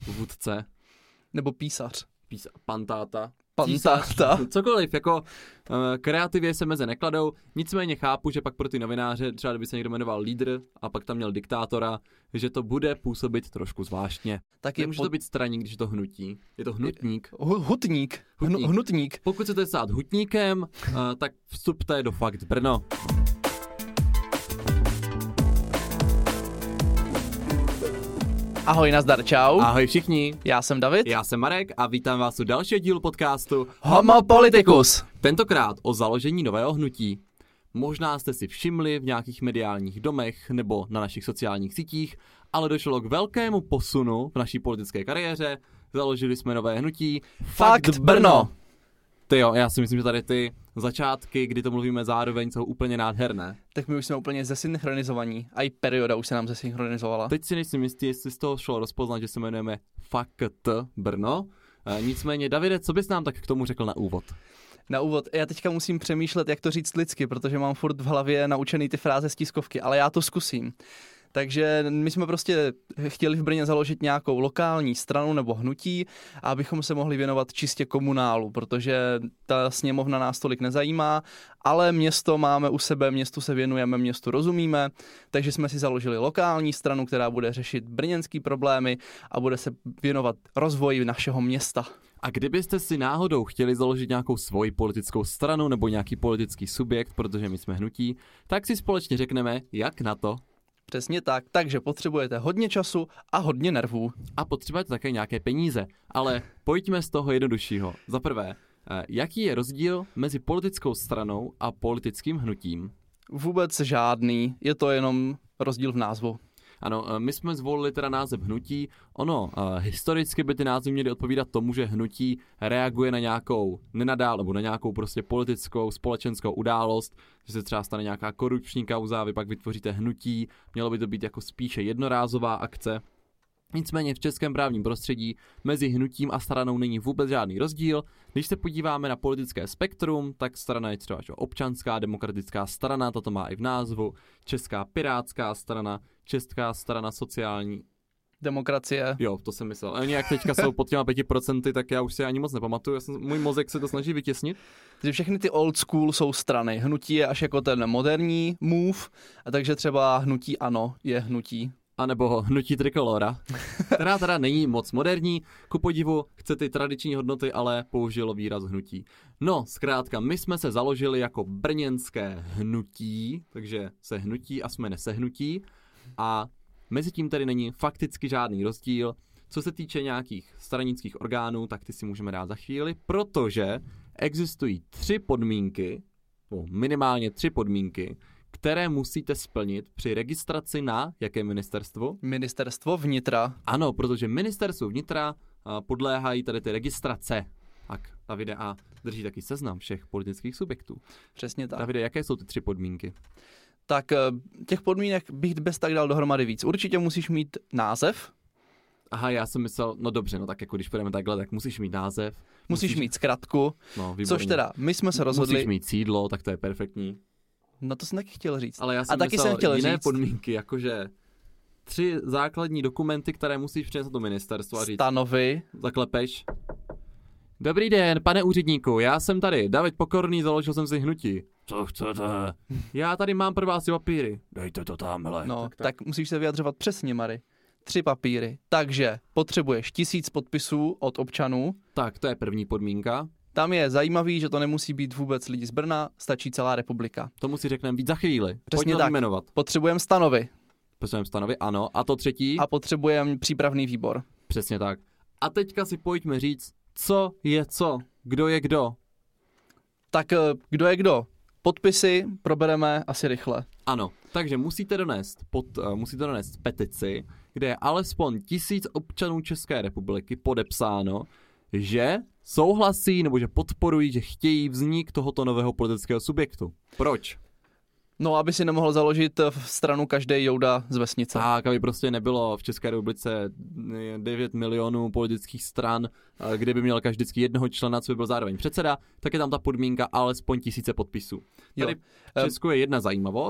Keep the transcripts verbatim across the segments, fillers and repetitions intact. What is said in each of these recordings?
vůdce. Nebo písař. Písa- pantáta. Pantáta. Cokoliv, jako uh, kreativě se meze nekladou, nicméně chápu, že pak pro ty novináře, třeba kdyby se někdo jmenoval lídr a pak tam měl diktátora, že to bude působit trošku zvláštně. Tak Nemůže pod... to být straník, když je to hnutí. Je to hnutník. Hu- hutník. Hutník. Hnu- hnutník. Pokud chcete stát hutníkem, uh, tak vstupte do Fakt Brno. Ahoj, nazdar, čau. Ahoj všichni. Já jsem David. Já jsem Marek a vítám vás u dalšího dílu podcastu Homo Politicus. Tentokrát o založení nového hnutí. Možná jste si všimli v nějakých mediálních domech nebo na našich sociálních sítích, ale došlo k velkému posunu v naší politické kariéře. Založili jsme nové hnutí Fakt Brno. Ty jo, já si myslím, že tady ty začátky, kdy to mluvíme zároveň, jsou úplně nádherné. Tak my už jsme úplně zesynchronizovaní. A i perioda už se nám zesynchronizovala. Teď si nejsem jistý, jestli z toho šlo rozpoznat, že se jmenujeme Fakt Brno. E, nicméně, Davide, co bys nám tak k tomu řekl na úvod? Na úvod, já teďka musím přemýšlet, jak to říct lidsky, protože mám furt v hlavě naučený ty fráze z tiskovky, ale já to zkusím. Takže my jsme prostě chtěli v Brně založit nějakou lokální stranu nebo hnutí, abychom se mohli věnovat čistě komunálu, protože ta sněmovna nás tolik nezajímá, ale město máme u sebe, městu se věnujeme, městu rozumíme, takže jsme si založili lokální stranu, která bude řešit brněnský problémy a bude se věnovat rozvoji našeho města. A kdybyste si náhodou chtěli založit nějakou svoji politickou stranu nebo nějaký politický subjekt, protože my jsme hnutí, tak si společně řekneme, jak na to. Přesně tak, takže potřebujete hodně času a hodně nervů. A potřebujete také nějaké peníze, ale pojďme z toho jednoduššího. Za prvé, jaký je rozdíl mezi politickou stranou a politickým hnutím? Vůbec žádný, je to jenom rozdíl v názvu. Ano, my jsme zvolili teda název hnutí. Ono, historicky by ty názvy měly odpovídat tomu, že hnutí reaguje na nějakou nenadál, nebo na nějakou prostě politickou, společenskou událost, že se třeba stane nějaká korupční kauza, vy pak vytvoříte hnutí, mělo by to být jako spíše jednorázová akce. Nicméně v českém právním prostředí mezi hnutím a stranou není vůbec žádný rozdíl. Když se podíváme na politické spektrum, tak strana je třeba občanská demokratická strana, tato má i v názvu, Česká pirátská strana, Česká strana sociální demokracie. Jo, to jsem myslel. Oni jak teďka jsou pod těma pěti procenty, tak já už si ani moc nepamatuju. Já jsem, můj mozek se to snaží vytěsnit. Takže všechny ty old school jsou strany. Hnutí je až jako ten moderní move, a takže třeba hnutí ANO je hnutí. A nebo hnutí Trikolora, která teda není moc moderní, ku podivu chce ty tradiční hodnoty, ale použilo výraz hnutí. No, zkrátka, my jsme se založili jako brněnské hnutí, takže se hnutí a jsme nesehnutí a mezi tím tady není fakticky žádný rozdíl. Co se týče nějakých stranických orgánů, tak ty si můžeme dát za chvíli, protože existují tři podmínky, minimálně tři podmínky, které musíte splnit při registraci na jaké ministerstvo? Ministerstvo vnitra. Ano, protože ministerstvu vnitra podléhají tady ty registrace. Tak, Davide, a drží taky seznam všech politických subjektů. Přesně tak. Davide, jaké jsou ty tři podmínky? Tak těch podmínek bych bez tak dal dohromady víc. Určitě musíš mít název. Aha, já jsem myslel, no dobře, no tak jako když půjdeme takhle, tak musíš mít název. Musíš, musíš mít zkratku, no, což teda my jsme se rozhodli. Musíš mít sídlo, tak to je perfektní. No to jsem taky chtěl říct. Ale já jsem a taky myslel jsem chtěl jiné říct. podmínky, jakože tři základní dokumenty, které musíš přinést na to ministerstvo a říct. Stanovy. Zaklepeš. Dobrý den, pane úředníku, já jsem tady, David Pokorný, založil jsem si hnutí. Co chcete? Já tady mám pro vás papíry. Dejte to tamhle. No, tak, tak. tak musíš se vyjadřovat přesně, Mary. Tři papíry. Takže potřebuješ tisíc podpisů od občanů. Tak, to je první podmínka. Tam je zajímavý, že to nemusí být vůbec lidi z Brna, stačí celá republika. Tomu si řekneme víc za chvíli. Přesně tak. Jmenovat. Potřebujeme stanovy. Potřebujeme stanovy, ano. A to třetí? A potřebujeme přípravný výbor. Přesně tak. A teďka si pojďme říct, co je co, kdo je kdo. Tak kdo je kdo? Podpisy probereme asi rychle. Ano, takže musíte donést, pod, uh, musíte donést petici, kde je alespoň tisíc občanů České republiky podepsáno, že souhlasí nebo že podporují, že chtějí vznik tohoto nového politického subjektu. Proč? No, aby si nemohl založit v stranu každý jouda z vesnice. Tak, aby prostě nebylo v České republice devět milionů politických stran, kde by měl každý jednoho člena, co by byl zároveň předseda, tak je tam ta podmínka alespoň tisíce podpisů. Tady v Česku je jedna zajímavost,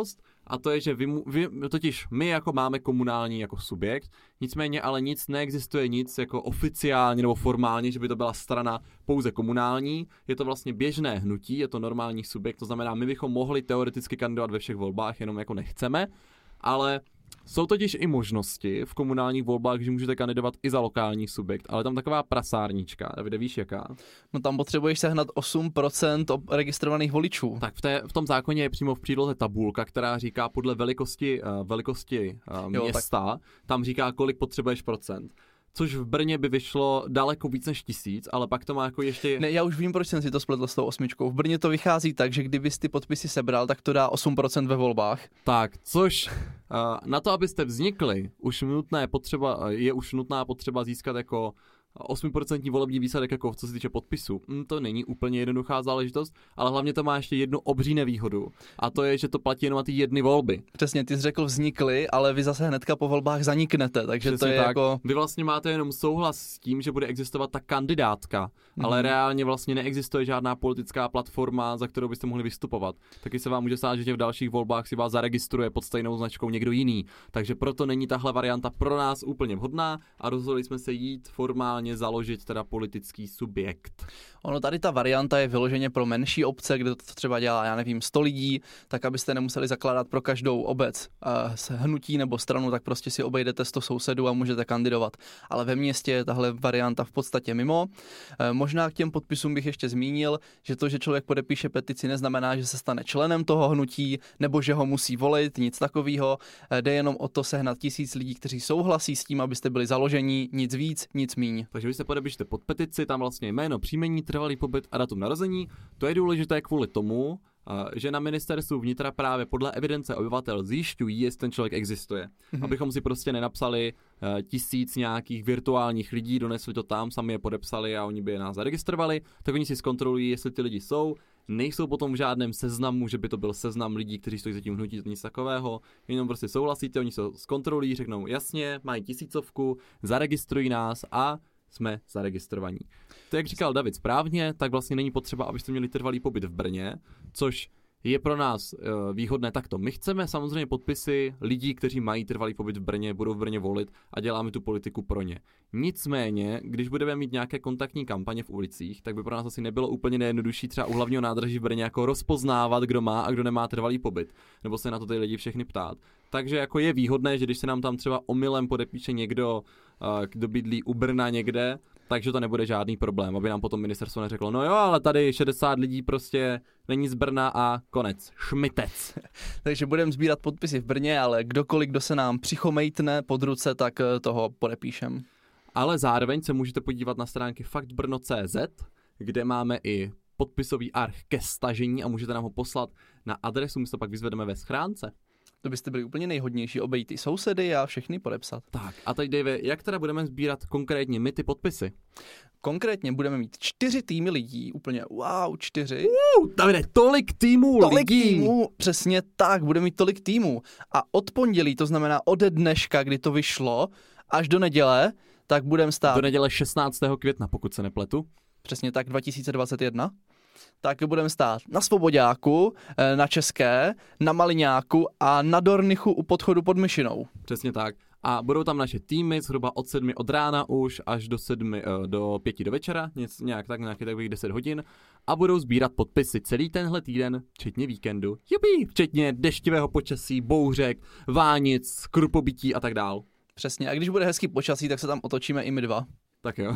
a to je, že vy, vy, totiž my jako máme komunální jako subjekt, nicméně ale nic neexistuje nic jako oficiálně nebo formálně, že by to byla strana pouze komunální, je to vlastně běžné hnutí, je to normální subjekt, to znamená, my bychom mohli teoreticky kandidovat ve všech volbách, jenom jako nechceme, ale jsou totiž i možnosti v komunálních volbách, že můžete kandidovat i za lokální subjekt, ale tam taková prasárnička, Davide, víš jaká? No tam potřebuješ sehnat osm procent registrovaných voličů. Tak v, té, v tom zákoně je přímo v příloze tabulka, která říká podle velikosti, uh, velikosti uh, města, jo, tak... tam říká, kolik potřebuješ procent. Což v Brně by vyšlo daleko víc než tisíc, ale pak to má jako ještě... Ne, já už vím, proč jsem si to spletl s tou osmičkou. V Brně to vychází tak, že kdybys ty podpisy sebral, tak to dá osm procent ve volbách. Tak, což uh, na to, abyste vznikli, už nutné potřeba, je už nutná potřeba získat jako osm procent volební výsledek, jako co se týče podpisu. Hm, to není úplně jednoduchá záležitost, ale hlavně to má ještě jednu obří nevýhodu. A to je, že to platí jenom na ty jedny volby. Přesně, ty jsi řekl vznikly, ale vy zase hnedka po volbách zaniknete, takže Přesně to je tak. jako... Vy vlastně máte jenom souhlas s tím, že bude existovat ta kandidátka, mm-hmm. ale reálně vlastně neexistuje žádná politická platforma, za kterou byste mohli vystupovat. Taky se vám může stát, že v dalších volbách si vás zaregistruje pod stejnou značkou někdo jiný. Takže proto není tahle varianta pro nás úplně vhodná a rozhodli jsme se jít formálně založit teda politický subjekt. Ono tady ta varianta je vyloženě pro menší obce, kde to třeba dělá, já nevím, sto lidí, tak abyste nemuseli zakládat pro každou obec uh, hnutí nebo stranu, tak prostě si obejdete sto sousedů a můžete kandidovat. Ale ve městě je tahle varianta v podstatě mimo. Uh, možná k těm podpisům bych ještě zmínil, že to, že člověk podepíše petici, neznamená, že se stane členem toho hnutí nebo že ho musí volit, nic takového. Uh, jde jenom o to sehnat tisíc lidí, kteří souhlasí s tím, abyste byli založení, nic víc, nic míň. Takže vy se podepíšete pod petici, tam vlastně jméno, příjmení, trvalý pobyt a datum narození. To je důležité kvůli tomu, že na ministerstvu vnitra právě podle evidence obyvatel zjišťují, jestli ten člověk existuje. Mm-hmm. Abychom si prostě nenapsali uh, tisíc nějakých virtuálních lidí, donesli to tam, sami je podepsali a oni by je nás zaregistrovali, tak oni si zkontrolují, jestli ty lidi jsou. Nejsou potom v žádném seznamu, že by to byl seznam lidí, kteří stojí za tím hnutí, nic takového. Jenom prostě souhlasíte, oni se zkontrolují, řeknou jasně, mají tisícovku, zaregistrují nás a jsme zaregistrovaní. To, jak říkal David správně, tak vlastně není potřeba, abyste měli trvalý pobyt v Brně, což je pro nás uh, výhodné takto. My chceme samozřejmě podpisy lidí, kteří mají trvalý pobyt v Brně, budou v Brně volit a děláme tu politiku pro ně. Nicméně, když budeme mít nějaké kontaktní kampaně v ulicích, tak by pro nás asi nebylo úplně nejjednodušší třeba u hlavního nádraží v Brně jako rozpoznávat, kdo má a kdo nemá trvalý pobyt, nebo se na to ty lidi všechny ptát. Takže jako je výhodné, že když se nám tam třeba omylem podepíše někdo, uh, kdo bydlí u Brna někde, takže to nebude žádný problém, aby nám potom ministerstvo neřeklo, no jo, ale tady šedesát lidí prostě není z Brna a konec, šmitec. Takže budeme sbírat podpisy v Brně, ale kdokoliv, kdo se nám přichomejtne pod ruce, tak toho podepíšem. Ale zároveň se můžete podívat na stránky fakt brno tečka cé zet, kde máme i podpisový arch ke stažení a můžete nám ho poslat na adresu, my to pak vyzvedeme ve schránce. To byste byli úplně nejhodnější, obejít ty sousedy a všechny podepsat. Tak a teď Dave, jak teda budeme sbírat konkrétně my ty podpisy? Konkrétně budeme mít čtyři týmy lidí, úplně wow, čtyři. Wow, Davide, tolik týmů tolik lidí. týmů, přesně tak, budeme mít tolik týmů. A od pondělí, to znamená ode dneška, kdy to vyšlo, až do neděle, tak budeme stát... Do neděle šestnáctého května, pokud se nepletu. Přesně tak, dva tisíce dvacet jedna. Tak budeme stát na Svoboďáku, na České, na Maliňáku a na Dornichu u podchodu pod Myšinou. Přesně tak. A budou tam naše týmy zhruba od sedmi od rána už až do sedmi, do pěti do večera, nic, nějak tak, nějakých takových deset hodin. A budou sbírat podpisy celý tenhle týden, včetně víkendu. Jupi! Včetně deštivého počasí, bouřek, vánic, krupobytí a tak dál. Přesně. A když bude hezký počasí, tak se tam otočíme i my dva. Tak jo.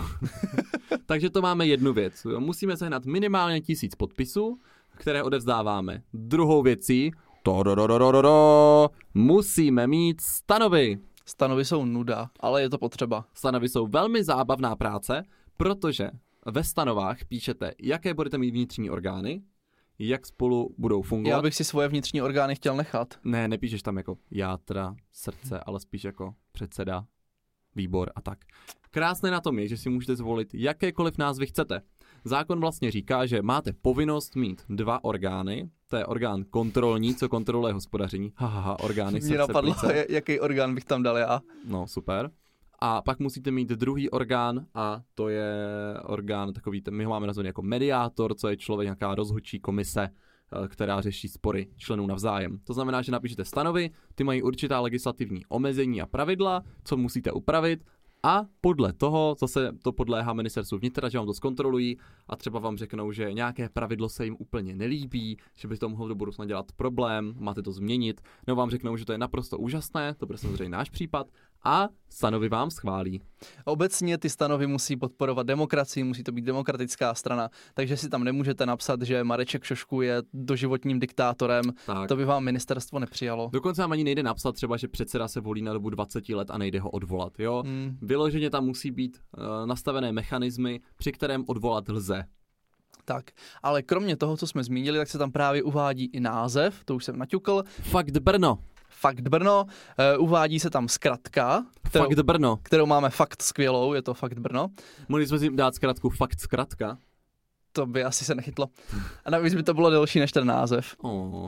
Takže to máme jednu věc. Musíme sehnat minimálně tisíc podpisů, které odevzdáváme. Druhou věcí, to do do do do do do, musíme mít stanovy. Stanovy jsou nuda, ale je to potřeba. Stanovy jsou velmi zábavná práce, protože ve stanovách píšete, jaké budete mít vnitřní orgány, jak spolu budou fungovat. Já bych si svoje vnitřní orgány chtěl nechat. Ne, nepíšeš tam jako játra, srdce, ale spíš jako předseda, výbor a tak. Krásné na tom je, že si můžete zvolit jakékoliv názvy chcete. Zákon vlastně říká, že máte povinnost mít dva orgány. To je orgán kontrolní, co kontroluje hospodaření. Hahaha, orgány srdce, mě napadlo, plíce. jaký orgán bych tam dal já. No, super. A pak musíte mít druhý orgán a to je orgán takový, my ho máme nazvaný jako mediátor, co je člověk, nějaká rozhodčí komise, která řeší spory členů navzájem. To znamená, že napíšete stanovy, ty mají určitá legislativní omezení a pravidla, co musíte upravit, a podle toho zase to podléhá ministerstvu vnitra, že vám to zkontrolují a třeba vám řeknou, že nějaké pravidlo se jim úplně nelíbí, že by to mohlo do budoucna dělat problém, máte to změnit, nebo vám řeknou, že to je naprosto úžasné, to bude samozřejmě náš případ, a stanovy vám schválí. Obecně ty stanovy musí podporovat demokracii, musí to být demokratická strana, takže si tam nemůžete napsat, že Mareček Šošku je doživotním diktátorem, tak. To by vám ministerstvo nepřijalo. Dokonce vám ani nejde napsat třeba, že předseda se volí na dobu dvacet let a nejde ho odvolat, jo? Hmm. Vyloženě tam musí být uh, nastavené mechanismy, při kterém odvolat lze. Tak, ale kromě toho, co jsme zmínili, tak se tam právě uvádí i název, to už jsem naťukl. Fakt Brno. Fakt Brno, uh, uvádí se tam zkratka, kterou, Fakt Brno. kterou máme fakt skvělou, je to Fakt Brno. Mohli jsme si dát zkratku Fakt zkratka. To by asi se nechytlo. A navíc by to bylo delší než ten název. Oh. Uh,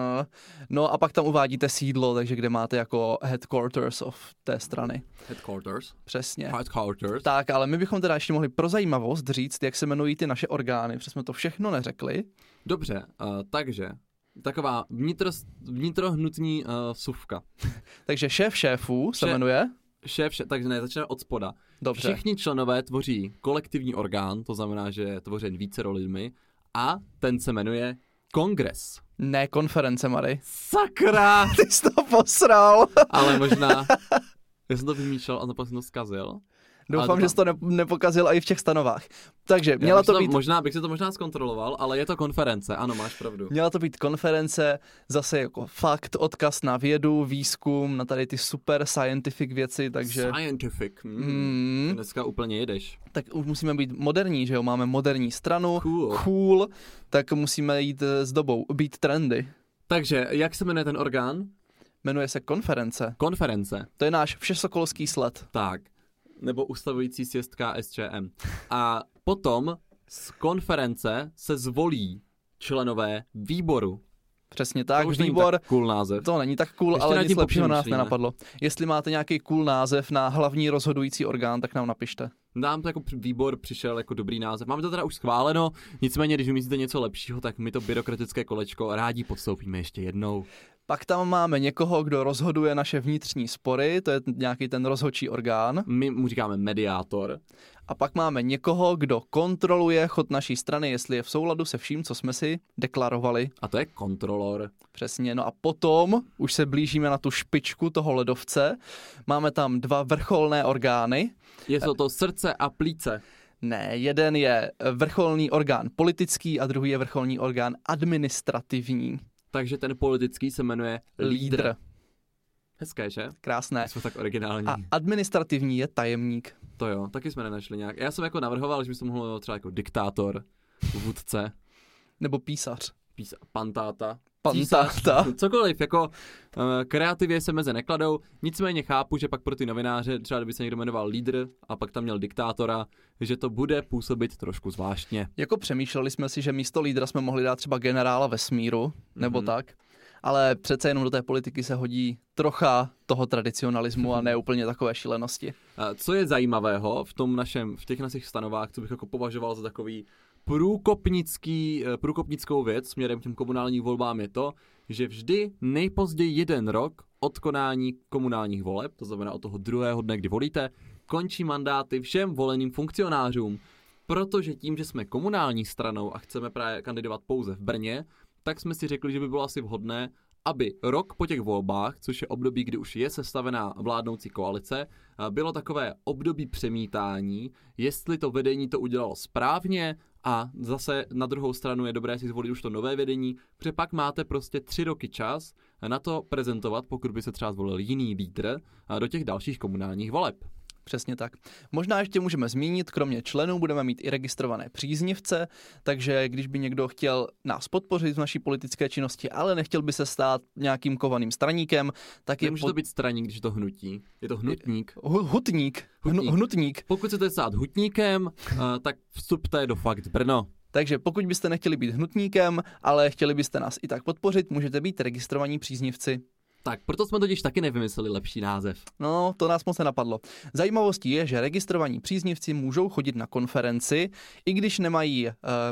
no a pak tam uvádíte sídlo, takže kde máte jako headquarters of té strany. Headquarters? Přesně. Headquarters. Tak, ale my bychom teda ještě mohli pro zajímavost říct, jak se jmenují ty naše orgány, protože jsme to všechno neřekli. Dobře, uh, takže taková vnitro, vnitrohnutní uh, suvka. Takže šéf šéfů se Šéf, jmenuje? Šéf, šéf, takže ne, začneme od spoda. Dobře. Všichni členové tvoří kolektivní orgán, to znamená, že je tvořen vícero lidmi, a ten se jmenuje kongres. Ne konference, Mary. Sakra! Ty jsi to posral. Ale možná, já jsem to vymýšlel a napak jsem to zkazil. Doufám, že jsi to ne- nepokazil i v těch stanovách. Takže měla to být... Možná bych si to možná zkontroloval, ale je to konference, ano, máš pravdu. Měla to být konference, zase jako fakt, odkaz na vědu, výzkum, na tady ty super scientific věci, takže... Scientific, mm. Mm. Dneska úplně jedeš. Tak už musíme být moderní, že jo, máme moderní stranu, Cool. cool, tak musíme jít s dobou, být trendy. Takže, jak se jmenuje ten orgán? Jmenuje se konference. Konference. To je náš všesokolský sled. Tak. Nebo ustavující sjezd K S Č M. A potom z konference se zvolí členové výboru. Přesně tak, to už výbor. Není tak cool název. To není tak cool, Ještě ale nic lepšího nás popřemýšlíme. nenapadlo. Jestli máte nějaký cool název na hlavní rozhodující orgán, tak nám napište. Nám to jako výbor přišel jako dobrý název. Máme to teda už schváleno, nicméně, když vymyslíte něco lepšího, tak my to byrokratické kolečko rádi podstoupíme ještě jednou. Pak tam máme někoho, kdo rozhoduje naše vnitřní spory, to je nějaký ten rozhodčí orgán. My mu říkáme mediátor. A pak máme někoho, kdo kontroluje chod naší strany, jestli je v souladu se vším, co jsme si deklarovali. A to je kontrolor. Přesně, no a potom už se blížíme na tu špičku toho ledovce. Máme tam dva vrcholné orgány. Je to to srdce a plíce. Ne, jeden je vrcholný orgán politický a druhý je vrcholný orgán administrativní. Takže ten politický se jmenuje lídr. Lídr. Hezké, že? Krásné. Jsme tak originální. A administrativní je tajemník. To jo, taky jsme nenašli nějak. Já jsem jako navrhoval, že by se mohlo třeba jako diktátor, vůdce, Nebo písař. písa, pantáta, Pantáta. cokoliv, jako uh, kreativě se meze nekladou, nicméně chápu, že pak pro ty novináře, třeba kdyby se někdo jmenoval lídr a pak tam měl diktátora, že to bude působit trošku zvláštně. Jako přemýšleli jsme si, že místo lídra jsme mohli dát třeba generála vesmíru, nebo mm-hmm. tak. Ale přece jenom do té politiky se hodí trocha toho tradicionalismu a ne úplně takové šílenosti. Co je zajímavého v tom našem, v těch našich stanovách, co bych jako považoval za takový průkopnický, průkopnickou věc směrem k těm komunálním volbám, je to, že vždy nejpozději jeden rok od konání komunálních voleb, to znamená od toho druhého dne, kdy volíte, končí mandáty všem voleným funkcionářům. Protože tím, že jsme komunální stranou a chceme právě kandidovat pouze v Brně, tak jsme si řekli, že by bylo asi vhodné, aby rok po těch volbách, což je období, kdy už je sestavená vládnoucí koalice, bylo takové období přemítání, jestli to vedení to udělalo správně, a zase na druhou stranu je dobré si zvolit už to nové vedení, protože pak máte prostě tři roky čas na to prezentovat, pokud by se třeba zvolil jiný lídr, do těch dalších komunálních voleb. Přesně tak. Možná ještě můžeme zmínit, kromě členů budeme mít i registrované příznivce, takže když by někdo chtěl nás podpořit v naší politické činnosti, ale nechtěl by se stát nějakým kovaným straníkem, tak je... Nemůže pod... to být straník, když je to hnutí. Je to hnutník. Hu- hutník. Hutník. Hnu- hnutník. Pokud chcete stát hutníkem, uh, tak vstupte do Fakt Brno. Takže pokud byste nechtěli být hnutníkem, ale chtěli byste nás i tak podpořit, můžete být registrovaní příznivci. Tak, proto jsme totiž taky nevymysleli lepší název. No, to nás moc nenapadlo. Zajímavostí je, že registrovaní příznivci můžou chodit na konferenci, i když nemají uh,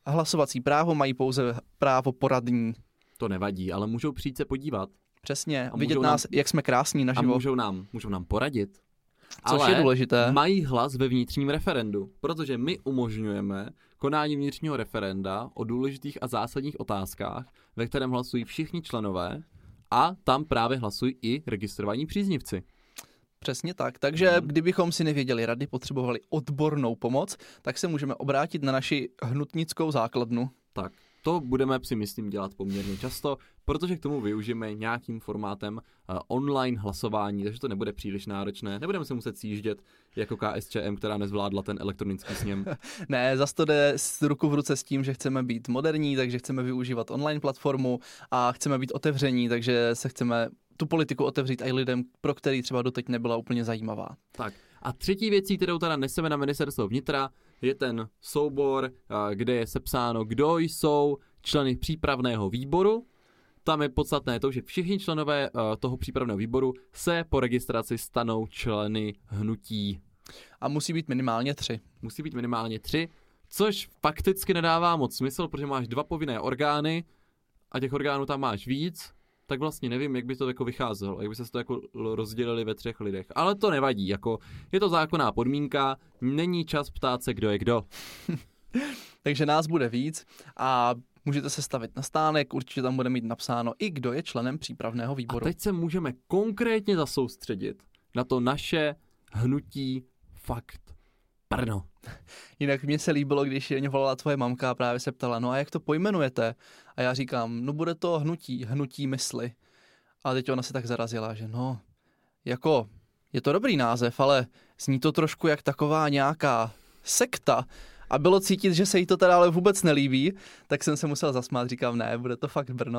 hlasovací právo, mají pouze právo poradní. To nevadí, ale můžou přijít se podívat. Přesně, A vidět můžou nás, nám- jak jsme krásní A naživo, můžou nám, můžou nám poradit. což Ale je důležité. mají hlas ve vnitřním referendu, protože my umožňujeme konání vnitřního referenda o důležitých a zásadních otázkách, ve kterém hlasují všichni členové a tam právě hlasují i registrovaní příznivci. Přesně tak. Takže Mhm. kdybychom si nevěděli rady, potřebovali odbornou pomoc, tak se můžeme obrátit na naši hnutnickou základnu. Tak, to budeme si myslím dělat poměrně často, protože k tomu využijeme nějakým formátem uh, online hlasování, takže to nebude příliš náročné. Nebudeme se muset sjíždět jako K S Č M, která nezvládla ten elektronický sněm. Ne, zas to jde s ruku v ruce s tím, že chceme být moderní, takže chceme využívat online platformu a chceme být otevření, takže se chceme tu politiku otevřít i lidem, pro který třeba doteď nebyla úplně zajímavá. Tak a třetí věcí, kterou teda neseme na ministerstvo vnitra, je ten soubor, uh, kde je sepsáno, kdo jsou členy přípravného výboru. Tam je podstatné to, že všichni členové uh, toho přípravného výboru se po registraci stanou členy hnutí. A musí být minimálně tři. Musí být minimálně tři, což fakticky nedává moc smysl, protože máš dva povinné orgány a těch orgánů tam máš víc, tak vlastně nevím, jak by to jako vycházelo, jak by se to jako rozdělili ve třech lidech. Ale to nevadí, jako je to zákonná podmínka, není čas ptát se, kdo je kdo. Takže nás bude víc a můžete se stavit na stánek, určitě tam bude mít napsáno i kdo je členem přípravného A výboru. teď se můžeme konkrétně zasoustředit na to naše hnutí fakt Brno. Jinak mně se líbilo, když mě volala tvoje mamka a právě se ptala, no a jak to pojmenujete? A já říkám, no bude to hnutí, hnutí mysli. A teď ona se tak zarazila, že no, jako, je to dobrý název, ale zní to trošku jak taková nějaká sekta. A bylo cítit, že se jí to teda ale vůbec nelíbí, tak jsem se musel zasmát, říkám, ne, bude to fakt Brno.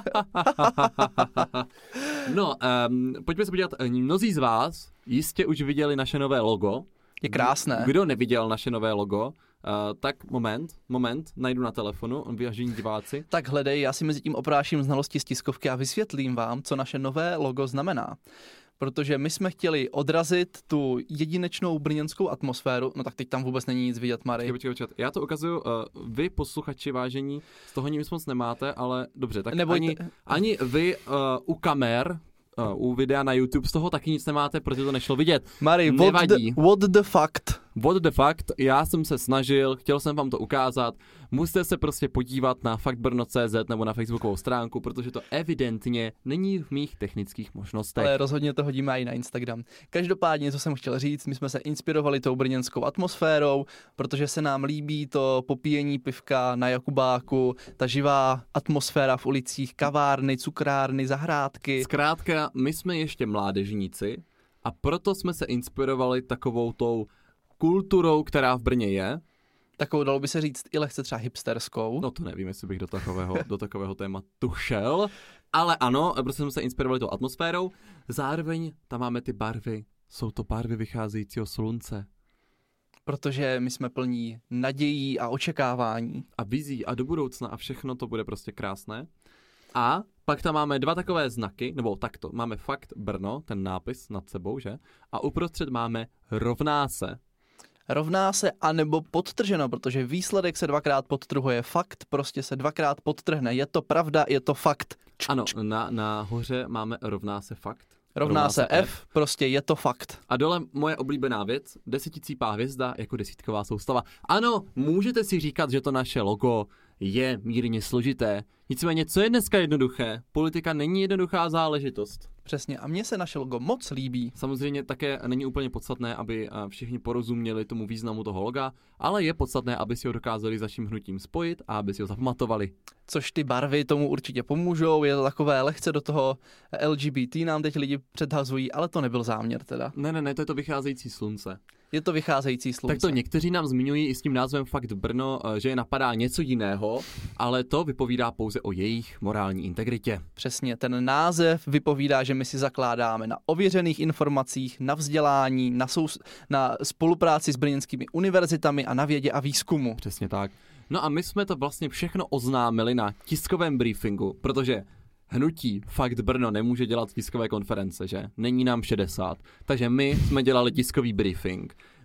No, um, pojďme se podívat, mnozí z vás jistě už viděli naše nové logo. Je krásné. Kdo neviděl naše nové logo, uh, tak moment, moment, najdu na telefonu, vážení diváci. Tak hledej, já si mezi tím opráším znalosti z tiskovky a vysvětlím vám, co naše nové logo znamená. Protože my jsme chtěli odrazit tu jedinečnou brněnskou atmosféru, no tak teď tam vůbec není nic vidět, Mary. Počkej, počkej, počkej. Já to ukazuju, uh, vy posluchači vážení, z toho nic moc nemáte, ale dobře, tak Nebojte. ani, ani vy uh, u kamer, uh, u videa na YouTube z toho taky nic nemáte, protože to nešlo vidět. Mary, what the, Nevadí. what the fact? What the fact, já jsem se snažil, chtěl jsem vám to ukázat, musíte se prostě podívat na faktbrno tečka cé zet nebo na facebookovou stránku, protože to evidentně není v mých technických možnostech. Ale rozhodně to hodíme i na Instagram. Každopádně, co jsem chtěl říct, my jsme se inspirovali tou brněnskou atmosférou, protože se nám líbí to popíjení pivka na Jakubáku, ta živá atmosféra v ulicích, kavárny, cukrárny, zahrádky. Zkrátka, my jsme ještě mládežníci a proto jsme se inspirovali takovou tou kulturou, která v Brně je. Takovou, dalo by se říct, i lehce třeba hipsterskou. No to nevím, jestli bych do takového, do takového tématu šel, ale ano, prostě jsme se inspirovali tou atmosférou. Zároveň tam máme ty barvy, jsou to barvy vycházejícího slunce. Protože my jsme plní nadějí a očekávání. A vizí a do budoucna a všechno to bude prostě krásné. A pak tam máme dva takové znaky, nebo takto, máme fakt Brno, ten nápis nad sebou, že? A uprostřed máme rovná se. Rovná se anebo podtrženo, protože výsledek se dvakrát podtrhuje. Fakt prostě se dvakrát podtrhne. Je to pravda, je to fakt. Č- Ano, na, na hoře máme rovná se fakt. Rovná, rovná se F, F, prostě je to fakt. A dole moje oblíbená věc, deseticípá hvězda jako desítková soustava. Ano, můžete si říkat, že to naše logo je mírně složité. Nicméně, co je dneska jednoduché? Politika není jednoduchá záležitost. Přesně, a mně se naše logo moc líbí. Samozřejmě také není úplně podstatné, aby všichni porozuměli tomu významu toho loga, ale je podstatné, aby si ho dokázali s naším hnutím spojit a aby si ho zapamatovali. Což ty barvy tomu určitě pomůžou, je to takové lehce do toho L G B T nám teď lidi předhazují, ale to nebyl záměr teda. Ne, ne, ne, to je to vycházející slunce. Je to vycházející slunce. Tak to někteří nám zmiňují i s tím názvem Fakt Brno, že je napadá něco jiného, ale to vypovídá pouze o jejich morální integritě. Přesně, ten název vypovídá, že my si zakládáme na ověřených informacích, na vzdělání, na, sou, na spolupráci s brněnskými univerzitami a na vědě a výzkumu. Přesně tak. No a my jsme to vlastně všechno oznámili na tiskovém briefingu, protože hnutí Fakt Brno nemůže dělat tiskové konference, že? Není nám šedesát. Takže my jsme dělali tiskový briefing.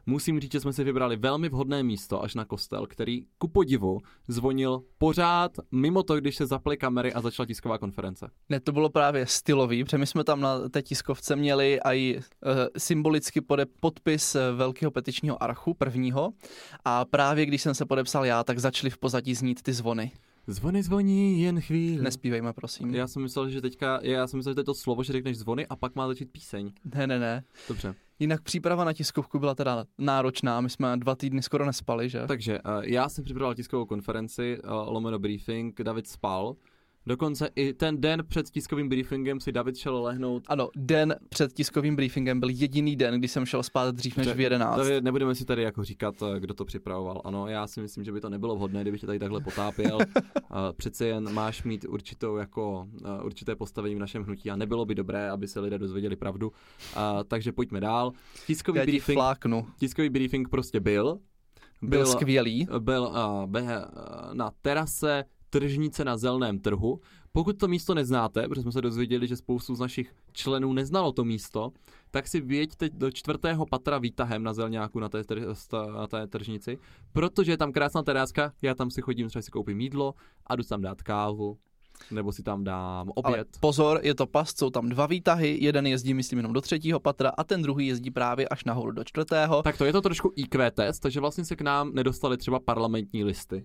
Musím říct, že jsme si vybrali velmi vhodné místo až na kostel, který ku podivu zvonil pořád mimo to, když se zaply kamery a začala tisková konference. Ne, to bylo právě stylový, protože my jsme tam na té tiskovce měli i uh, symbolicky pode, podpis velkého petičního archu, prvního, a právě když jsem se podepsal já, tak začaly v pozadí znít ty zvony. Zvony zvoní jen chvíli. Nespívejme, prosím. Já jsem myslel, že teďka, já jsem myslel, že to je to slovo, že řekneš zvony a pak má začít píseň. Ne, ne, ne. Dobře. Jinak příprava na tiskovku byla teda náročná, my jsme dva týdny skoro nespali, že? Takže uh, já jsem připravoval tiskovou konferenci, uh, lomeno briefing, David spal. Dokonce i ten den před tiskovým briefingem si David šel lehnout. Ano, den před tiskovým briefingem byl jediný den, kdy jsem šel spát dřív než v jedenáct. To je, nebudeme si tady jako říkat, kdo to připravoval. Ano, já si myslím, že by to nebylo vhodné, kdyby tě tady takhle potápěl. uh, přece jen máš mít určitou jako, uh, určité postavení v našem hnutí a nebylo by dobré, aby se lidé dozvěděli pravdu. Uh, takže pojďme dál. Tiskový já briefing, fláknu. tiskový briefing prostě byl. Byl, byl skvělý. Byl uh, be, uh, na terase tržnice na Zeleném trhu. Pokud to místo neznáte, protože jsme se dozvěděli, že spoustu z našich členů neznalo to místo, tak si věďte do čtvrtého patra výtahem na Zelňáku na té, na té tržnici, protože je tam krásná teráska, já tam si chodím, třeba si koupím jídlo a jdu tam dát kávu, nebo si tam dám oběd. Ale pozor, je to past, jsou tam dva výtahy, jeden jezdí, myslím, jenom do třetího patra a ten druhý jezdí právě až nahoru do čtvrtého. Tak to je to trošku í kvé test, takže vlastně se k nám nedostali třeba parlamentní listy.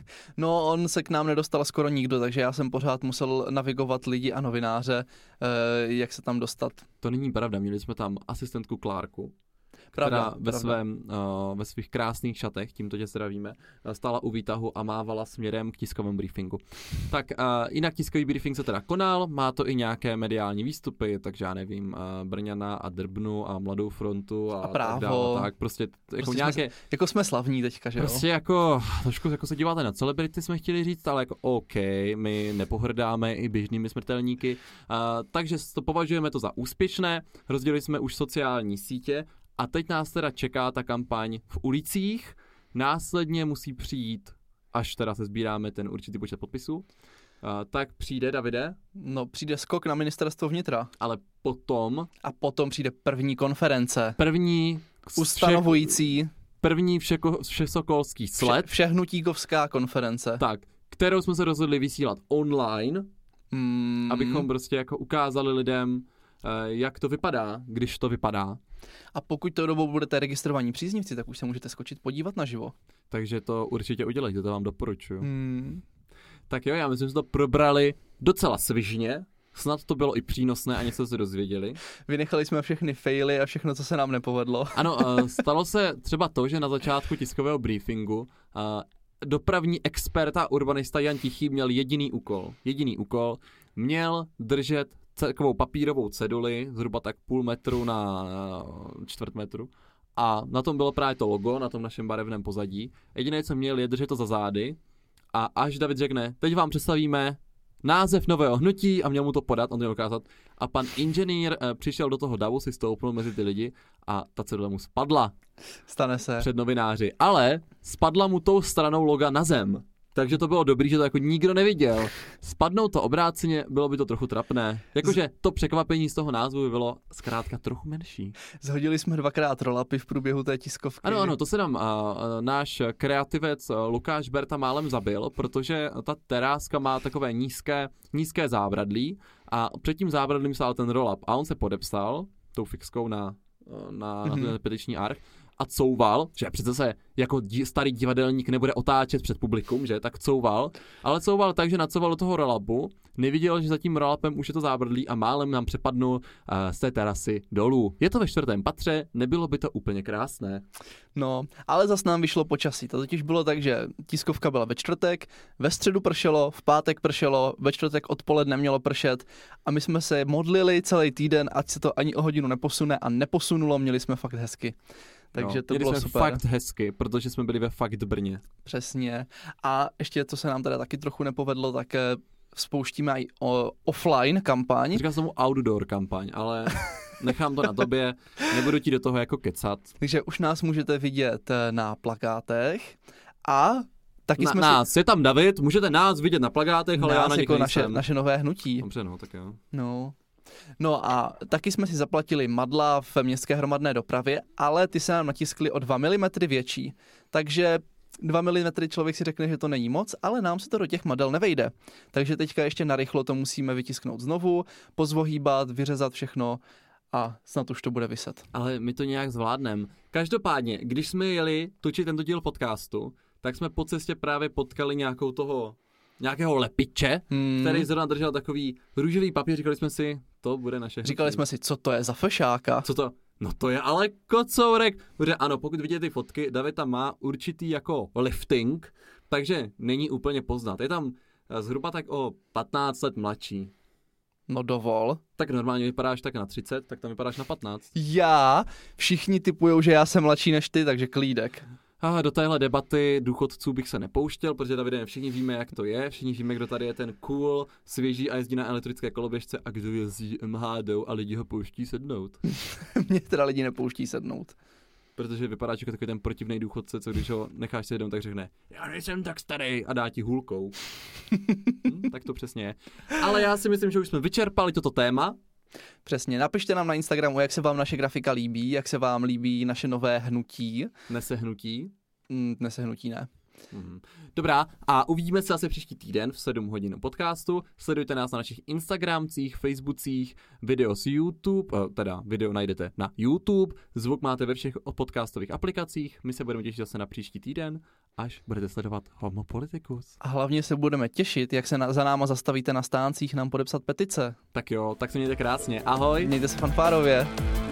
No, on se k nám nedostal skoro nikdo, takže já jsem pořád musel navigovat lidi a novináře, eh, jak se tam dostat. To není pravda, měli jsme tam asistentku Klárku, Pravda, která ve, pravda. svém, uh, ve svých krásných šatech, tímto tě zdravíme, stála u výtahu a mávala směrem k tiskovému briefingu. Tak uh, jinak tiskový briefing se teda konal, má to i nějaké mediální výstupy, takže já nevím, uh, Brňana a Drbnu a Mladou frontu a, A Právo. tak dále, tak prostě, jako Prostě nějaké... Jsme, jako jsme slavní teďka, že jo? Prostě jako, trošku jako se díváte na celebrity, jsme chtěli říct, ale jako OK, my nepohrdáme i běžnými smrtelníky, uh, takže to považujeme to za úspěšné, rozdělili jsme už sociální sítě. A teď nás teda čeká ta kampaň v ulicích, následně musí přijít, až teda se sbíráme ten určitý počet podpisů, uh, tak přijde, Davide. No, přijde skok na ministerstvo vnitra. Ale potom... A potom přijde první konference. První... Ustanovující... Vše, první všeko, všesokolský sled. Vše, všehnutíkovská konference. Tak, kterou jsme se rozhodli vysílat online, mm. abychom prostě jako ukázali lidem, uh, jak to vypadá, když to vypadá. A pokud tou dobou budete registrovaní příznivci, tak už se můžete skočit podívat naživo. Takže to určitě udělejte, to vám doporučuji. Hmm. Tak jo, já myslím, že jsme to probrali docela svižně, snad to bylo i přínosné a něco se dozvěděli. Vynechali jsme všechny faily a všechno, co se nám nepovedlo. Ano, stalo se třeba to, že na začátku tiskového briefingu dopravní expert a urbanista Jan Tichý měl jediný úkol. Jediný úkol, měl držet takovou papírovou ceduli, zhruba tak půl metru na čtvrt metru. A na tom bylo právě to logo, na tom našem barevném pozadí. Jediné, co měl, je držet to za zády. A až David řekne, teď vám představíme název nového hnutí a měl mu to podat, on to měl ukázat. A pan inženýr e, přišel do toho davu, si stoupnul mezi ty lidi a ta cedule mu spadla. Stane se. Před novináři. Ale spadla mu tou stranou loga na zem. Takže to bylo dobrý, že to jako nikdo neviděl. Spadnout to obráceně, bylo by to trochu trapné. Jakože to překvapení z toho názvu by bylo zkrátka trochu menší. Zhodili jsme dvakrát rollupy v průběhu té tiskovky. Ano, ano, to se nám a, náš kreativec Lukáš Berta málem zabil, protože ta teráska má takové nízké, nízké zábradlí a před tím zábradlím stál ten rollup a on se podepsal tou fixkou na, na, mm-hmm. na ten petiční arch a couval, že přece se jako dí, starý divadelník nebude otáčet před publikum, že, tak couval, ale couval tak, že nacouval do toho rollupu, neviděl, že za tím rollupem už je to zábradlí a málem nám přepadnul uh, z té terasy dolů. Je to ve čtvrtém patře, nebylo by to úplně krásné. No, ale zas nám vyšlo počasí. To totiž bylo tak, že tiskovka byla ve čtvrtek, ve středu pršelo, v pátek pršelo, ve čtvrtek odpoledne mělo pršet a my jsme se modlili celý týden, ať se to ani o hodinu neposune a neposunulo, měli jsme fakt hezky. Takže no, to bylo jsme super. Fakt hezky, protože jsme byli ve fakt Brně. Přesně. A ještě, co se nám teda taky trochu nepovedlo, tak spouštíme i offline kampaň. Říkám tomu outdoor kampaň, ale nechám to na tobě, nebudu ti do toho jako kecat. Takže už nás můžete vidět na plakátech a taky na, jsme nás, si... je tam David, můžete nás vidět na plakátech, ale nás já na nich jako naše, nejsem. naše nové hnutí. Dobře, no, tak jo. No, No a taky jsme si zaplatili madla v městské hromadné dopravě, ale ty se nám natiskly o dva milimetry větší. Takže dva milimetry člověk si řekne, že to není moc, ale nám se to do těch madel nevejde. Takže teďka ještě narychlo to musíme vytisknout znovu, pozvohýbat, vyřezat všechno a snad už to bude viset. Ale my to nějak zvládneme. Každopádně, když jsme jeli točit tento díl podcastu, tak jsme po cestě právě potkali nějakou toho, nějakého lepiče, hmm. který zrovna držel takový růžový papír. Říkali jsme si, to bude naše hnutí. Říkali jsme si, co to je za fešáka? Co to? No to je ale kocourek. Protože ano, pokud vidíte ty fotky, David tam má určitý jako lifting, takže není úplně poznat. Je tam zhruba tak o patnáct let mladší. No dovol. Tak normálně vypadáš tak na třicet, tak tam vypadáš na patnáct. Já? Všichni typujou, že já jsem mladší než ty, takže klídek. A do téhle debaty důchodců bych se nepouštěl, protože Davide, všichni víme, jak to je, všichni víme, kdo tady je ten cool, svěží a jezdí na elektrické koloběžce a kdo jezdí em há dé a lidi ho pouští sednout. Mě teda lidi nepouští sednout. Protože vypadáš jako takový ten protivnej důchodce, co když ho necháš sednout, tak řekne, já nejsem tak starý a dá ti hůlkou. hm, tak to přesně je. Ale já si myslím, že už jsme vyčerpali toto téma. Přesně, napište nám na Instagramu, jak se vám naše grafika líbí, jak se vám líbí naše nové hnutí. Nesehnutí? Mm, nesehnutí ne. Hmm. Dobrá, a uvidíme se asi příští týden v sedm hodin podcastu. Sledujte nás na našich Instagramcích, Facebookcích, video z YouTube, teda video najdete na YouTube, zvuk máte ve všech podcastových aplikacích. My se budeme těšit zase na příští týden, až budete sledovat Homo Politicus. A hlavně se budeme těšit, jak se na, za náma zastavíte na stáncích nám podepsat petice. Tak jo, tak se mějte krásně. Ahoj. Mějte se fanfárově.